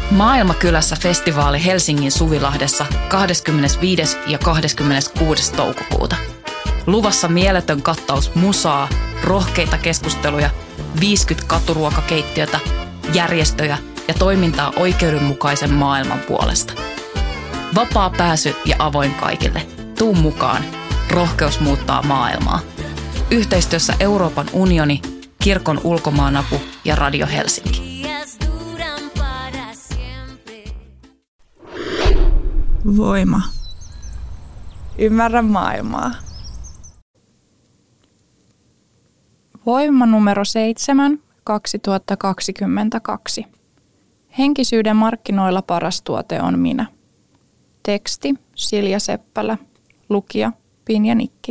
Maailmakylässä festivaali Helsingin Suvilahdessa 25. ja 26. toukokuuta. Luvassa mieletön kattaus musaa, rohkeita keskusteluja, 50 katuruokakeittiötä, järjestöjä ja toimintaa oikeudenmukaisen maailman puolesta. Vapaa pääsy ja avoin kaikille. Tuu mukaan. Rohkeus muuttaa maailmaa. Yhteistyössä Euroopan unioni, Kirkon ulkomaanapu ja Radio Helsinki. Voima. Ymmärrä maailmaa. Voima numero 7, 2022. Henkisyyden markkinoilla paras tuote on minä. Teksti Silja Seppälä. Lukija Pinja Nikki.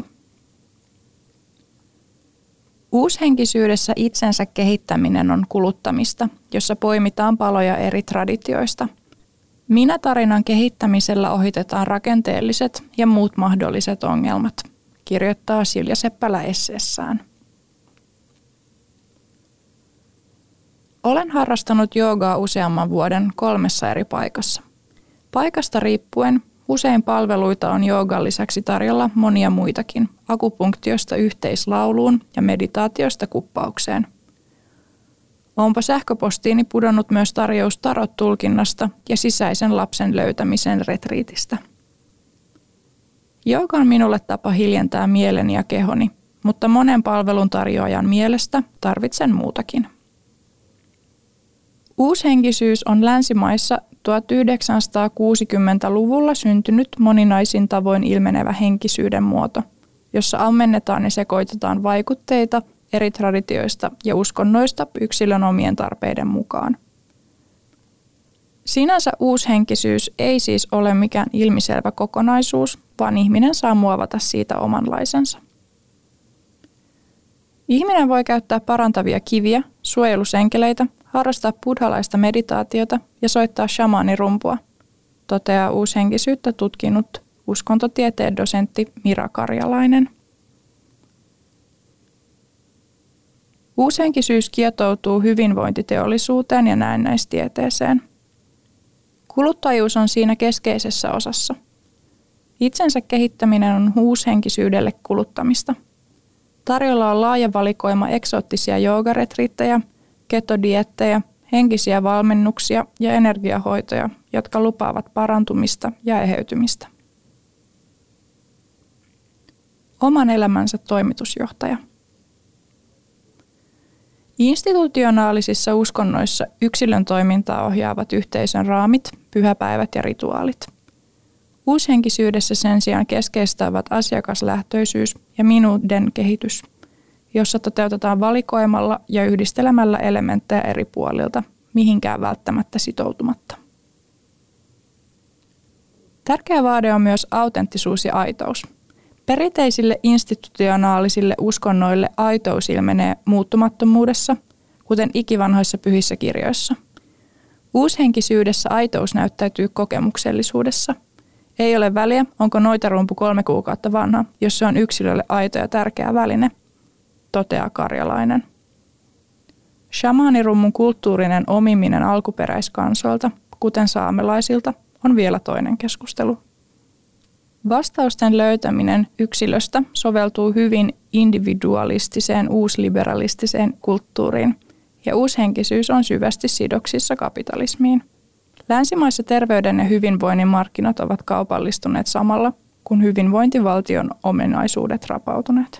Uushenkisyydessä itsensä kehittäminen on kuluttamista, jossa poimitaan paloja eri traditioista. Minä-tarinan kehittämisellä ohitetaan rakenteelliset ja muut mahdolliset ongelmat, kirjoittaa Silja Seppälä esseessään. Olen harrastanut joogaa useamman vuoden 3 eri paikassa. Paikasta riippuen usein palveluita on joogan lisäksi tarjolla monia muitakin, akupunktiosta yhteislauluun ja meditaatiosta kuppaukseen. Onpa sähköpostiini pudonnut myös tarjous tarot-tulkinnasta ja sisäisen lapsen löytämisen retriitistä. Jooga on minulle tapa hiljentää mieleni ja kehoni, mutta monen palvelun tarjoajan mielestä tarvitsen muutakin. Uushenkisyys on länsimaissa 1960-luvulla syntynyt moninaisin tavoin ilmenevä henkisyyden muoto, jossa ammennetaan ja sekoitetaan vaikutteita eri traditioista ja uskonnoista yksilön omien tarpeiden mukaan. Sinänsä uushenkisyys ei siis ole mikään ilmiselvä kokonaisuus, vaan ihminen saa muovata siitä omanlaisensa. Ihminen voi käyttää parantavia kiviä, suojelusenkeleitä, harrastaa buddhalaista meditaatiota ja soittaa shamaanirumpua, toteaa uushenkisyyttä tutkinut uskontotieteen dosentti Mira Karjalainen. Uushenkisyys kietoutuu hyvinvointiteollisuuteen ja näennäistieteeseen. Kuluttajuus on siinä keskeisessä osassa. Itsensä kehittäminen on uushenkisyydelle kuluttamista. Tarjolla on laaja valikoima eksoottisia joogaretriittejä, ketodiettejä, henkisiä valmennuksia ja energiahoitoja, jotka lupaavat parantumista ja eheytymistä. Oman elämänsä toimitusjohtaja. Institutionaalisissa uskonnoissa yksilön toimintaa ohjaavat yhteisön raamit, pyhäpäivät ja rituaalit. Uushenkisyydessä sen sijaan keskeistä ovat asiakaslähtöisyys ja minuuden kehitys, jossa toteutetaan valikoimalla ja yhdistelemällä elementtejä eri puolilta, mihinkään välttämättä sitoutumatta. Tärkeä vaade on myös autenttisuus ja aitous. Perinteisille institutionaalisille uskonnoille aitous ilmenee muuttumattomuudessa, kuten ikivanhoissa pyhissä kirjoissa. Uushenkisyydessä aitous näyttäytyy kokemuksellisuudessa. Ei ole väliä, onko noitarumpu 3 kuukautta vanha, jos se on yksilölle aito ja tärkeä väline, toteaa Karjalainen. Shamaanirummun kulttuurinen omiminen alkuperäiskansoilta, kuten saamelaisilta, on vielä toinen keskustelu. Vastausten löytäminen yksilöstä soveltuu hyvin individualistiseen uusliberalistiseen kulttuuriin, ja uushenkisyys on syvästi sidoksissa kapitalismiin. Länsimaissa terveyden ja hyvinvoinnin markkinat ovat kaupallistuneet samalla, kun hyvinvointivaltion ominaisuudet rapautuneet.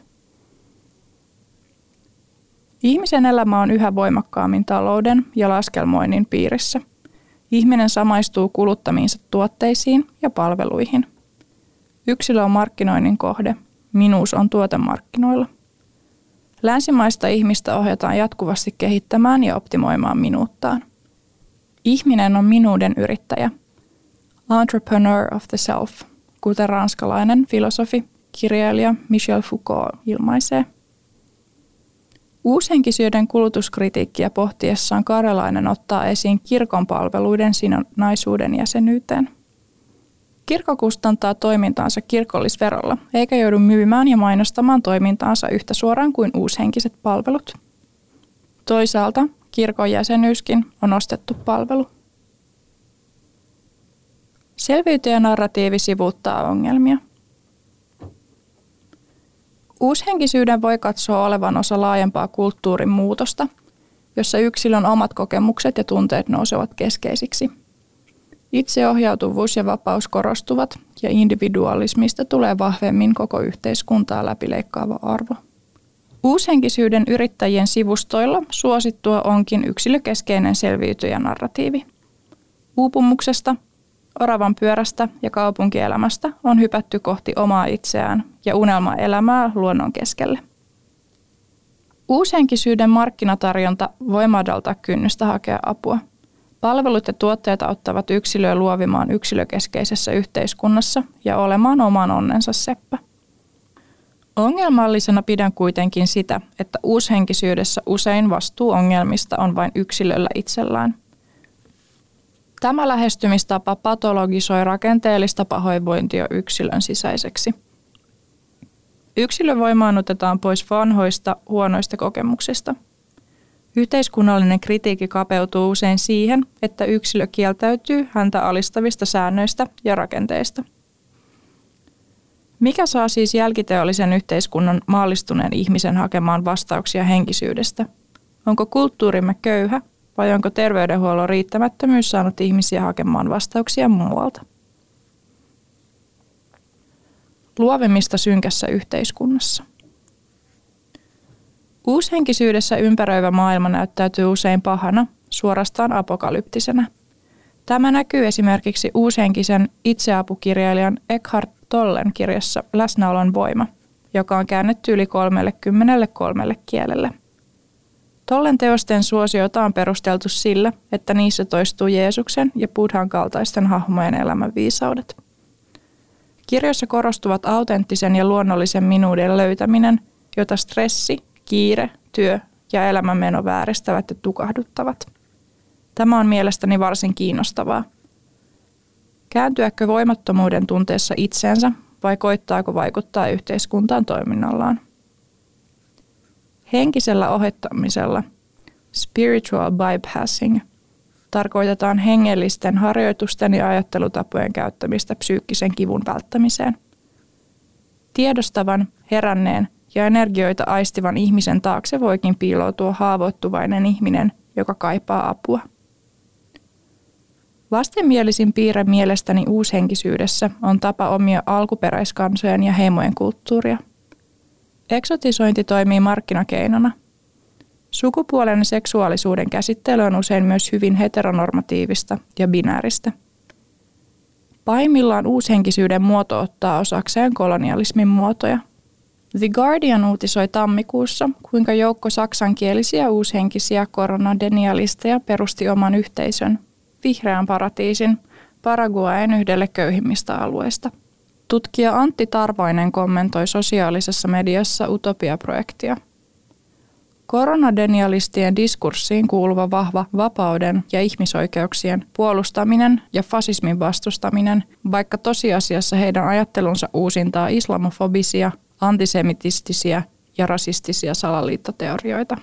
Ihmisen elämä on yhä voimakkaammin talouden ja laskelmoinnin piirissä. Ihminen samaistuu kuluttamiinsa tuotteisiin ja palveluihin. Yksilö on markkinoinnin kohde, minuus on tuotemarkkinoilla. Länsimaista ihmistä ohjataan jatkuvasti kehittämään ja optimoimaan minuuttaan. Ihminen on minuuden yrittäjä, entrepreneur of the self, kuten ranskalainen filosofi, kirjailija Michel Foucault ilmaisee. Uushenkisyyden kulutuskritiikkiä pohtiessaan Karjalainen ottaa esiin kirkon palveluiden sidonnaisuuden jäsenyyteen. Kirkko kustantaa toimintaansa kirkollisverolla, eikä joudu myymään ja mainostamaan toimintaansa yhtä suoraan kuin uushenkiset palvelut. Toisaalta kirkon jäsenyyskin on ostettu palvelu. Selviytyjänarratiivi sivuuttaa ongelmia. Uushenkisyyden voi katsoa olevan osa laajempaa kulttuurin muutosta, jossa yksilön omat kokemukset ja tunteet nousevat keskeisiksi. Itseohjautuvuus ja vapaus korostuvat ja individualismista tulee vahvemmin koko yhteiskuntaa läpileikkaava arvo. Uushenkisyyden yrittäjien sivustoilla suosittua onkin yksilökeskeinen selviytyjänarratiivi. Uupumuksesta, oravan pyörästä ja kaupunkielämästä on hypätty kohti omaa itseään ja unelmaelämää luonnon keskelle. Uushenkisyyden markkinatarjonta voi madaltaa kynnystä hakea apua. Palvelut ja tuotteet auttavat yksilöä luovimaan yksilökeskeisessä yhteiskunnassa ja olemaan oman onnensa seppä. Ongelmallisena pidän kuitenkin sitä, että uushenkisyydessä usein vastuu ongelmista on vain yksilöllä itsellään. Tämä lähestymistapa patologisoi rakenteellista pahoinvointia yksilön sisäiseksi. Yksilö voimaannutetaan pois vanhoista, huonoista kokemuksista. Yhteiskunnallinen kritiikki kapeutuu usein siihen, että yksilö kieltäytyy häntä alistavista säännöistä ja rakenteista. Mikä saa siis jälkiteollisen yhteiskunnan maallistuneen ihmisen hakemaan vastauksia henkisyydestä? Onko kulttuurimme köyhä vai onko terveydenhuollon riittämättömyys saanut ihmisiä hakemaan vastauksia muualta? Luovimista synkässä yhteiskunnassa. Uushenkisyydessä ympäröivä maailma näyttäytyy usein pahana, suorastaan apokalyptisenä. Tämä näkyy esimerkiksi uushenkisen itseapukirjailijan Eckhart Tollen kirjassa Läsnäolon voima, joka on käännetty yli 33 kielelle. Tollen teosten suosiota on perusteltu sillä, että niissä toistuu Jeesuksen ja Buddhan kaltaisten hahmojen elämän viisaudet. Kirjoissa korostuvat autenttisen ja luonnollisen minuuden löytäminen, jota stressi, kiire, työ ja elämänmeno vääristävät ja tukahduttavat. Tämä on mielestäni varsin kiinnostavaa. Kääntyäkö voimattomuuden tunteessa itseensä vai koittaako vaikuttaa yhteiskuntaan toiminnallaan? Henkisellä ohittamisella, spiritual bypassing, tarkoitetaan hengellisten harjoitusten ja ajattelutapojen käyttämistä psyykkisen kivun välttämiseen. Tiedostavan, heränneen ja energioita aistivan ihmisen taakse voikin piiloutua haavoittuvainen ihminen, joka kaipaa apua. Vastenmielisin piirre mielestäni uushenkisyydessä on tapa omia alkuperäiskansojen ja heimojen kulttuuria. Eksotisointi toimii markkinakeinona. Sukupuolen ja seksuaalisuuden käsittely on usein myös hyvin heteronormatiivista ja binääristä. Pahimmillaan uushenkisyyden muoto ottaa osakseen kolonialismin muotoja. The Guardian uutisoi tammikuussa, kuinka joukko saksankielisiä uushenkisiä koronadenialisteja perusti oman yhteisön, vihreän paratiisin, Paraguayn yhdelle köyhimmistä alueista. Tutkija Antti Tarvainen kommentoi sosiaalisessa mediassa Utopia-projektia. Koronadenialistien diskurssiin kuuluva vahva vapauden ja ihmisoikeuksien puolustaminen ja fasismin vastustaminen, vaikka tosiasiassa heidän ajattelunsa uusintaa islamofobisia, antisemitistisiä ja rasistisia salaliittoteorioita.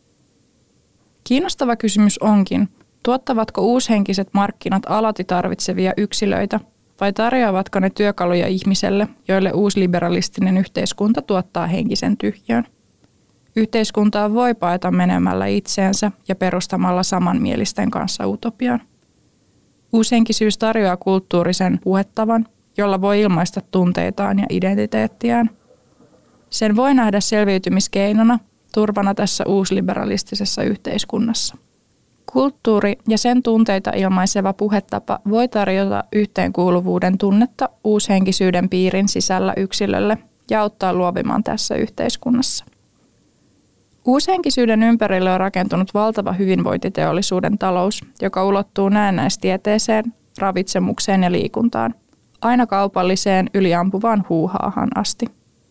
Kiinnostava kysymys onkin, tuottavatko uushenkiset markkinat alati tarvitsevia yksilöitä vai tarjoavatko ne työkaluja ihmiselle, joille uusliberalistinen yhteiskunta tuottaa henkisen tyhjön? Yhteiskuntaa voi paeta menemällä itseensä ja perustamalla samanmielisten kanssa utopiaan. Uushenkisyys tarjoaa kulttuurisen puhettavan, jolla voi ilmaista tunteitaan ja identiteettiään. Sen voi nähdä selviytymiskeinona, turvana tässä uusliberalistisessa yhteiskunnassa. Kulttuuri ja sen tunteita ilmaiseva puhetapa voi tarjota yhteenkuuluvuuden tunnetta uushenkisyyden piirin sisällä yksilölle ja auttaa luovimaan tässä yhteiskunnassa. Uushenkisyyden ympärille on rakentunut valtava hyvinvointiteollisuuden talous, joka ulottuu näennäistieteeseen, ravitsemukseen ja liikuntaan, aina kaupalliseen yliampuvaan huuhaahan asti.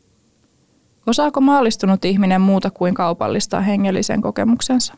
Osaako maallistunut ihminen muuta kuin kaupallistaa hengellisen kokemuksensa?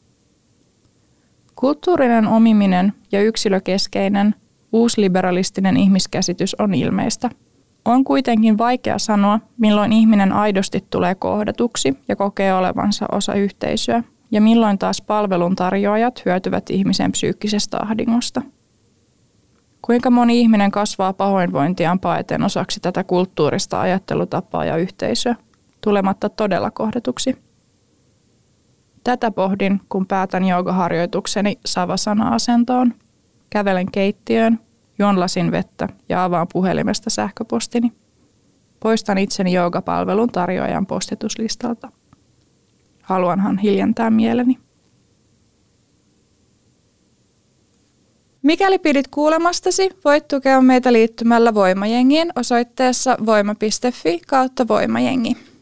Kulttuurinen omiminen ja yksilökeskeinen, uusliberalistinen ihmiskäsitys on ilmeistä. On kuitenkin vaikea sanoa, milloin ihminen aidosti tulee kohdatuksi ja kokee olevansa osa yhteisöä, ja milloin taas palveluntarjoajat hyötyvät ihmisen psyykkisestä ahdingosta. Kuinka moni ihminen kasvaa pahoinvointiaan paeten osaksi tätä kulttuurista ajattelutapaa ja yhteisöä, tulematta todella kohdatuksi? Tätä pohdin, kun päätän joogaharjoitukseni savasana-asentoon. Kävelen keittiöön, juon lasin vettä ja avaan puhelimesta sähköpostini. Poistan itseni joogapalvelun tarjoajan postituslistalta. Haluanhan hiljentää mieleni. Mikäli pidit kuulemastasi, voit tukea meitä liittymällä Voimajengiin osoitteessa voima.fi/voimajengi.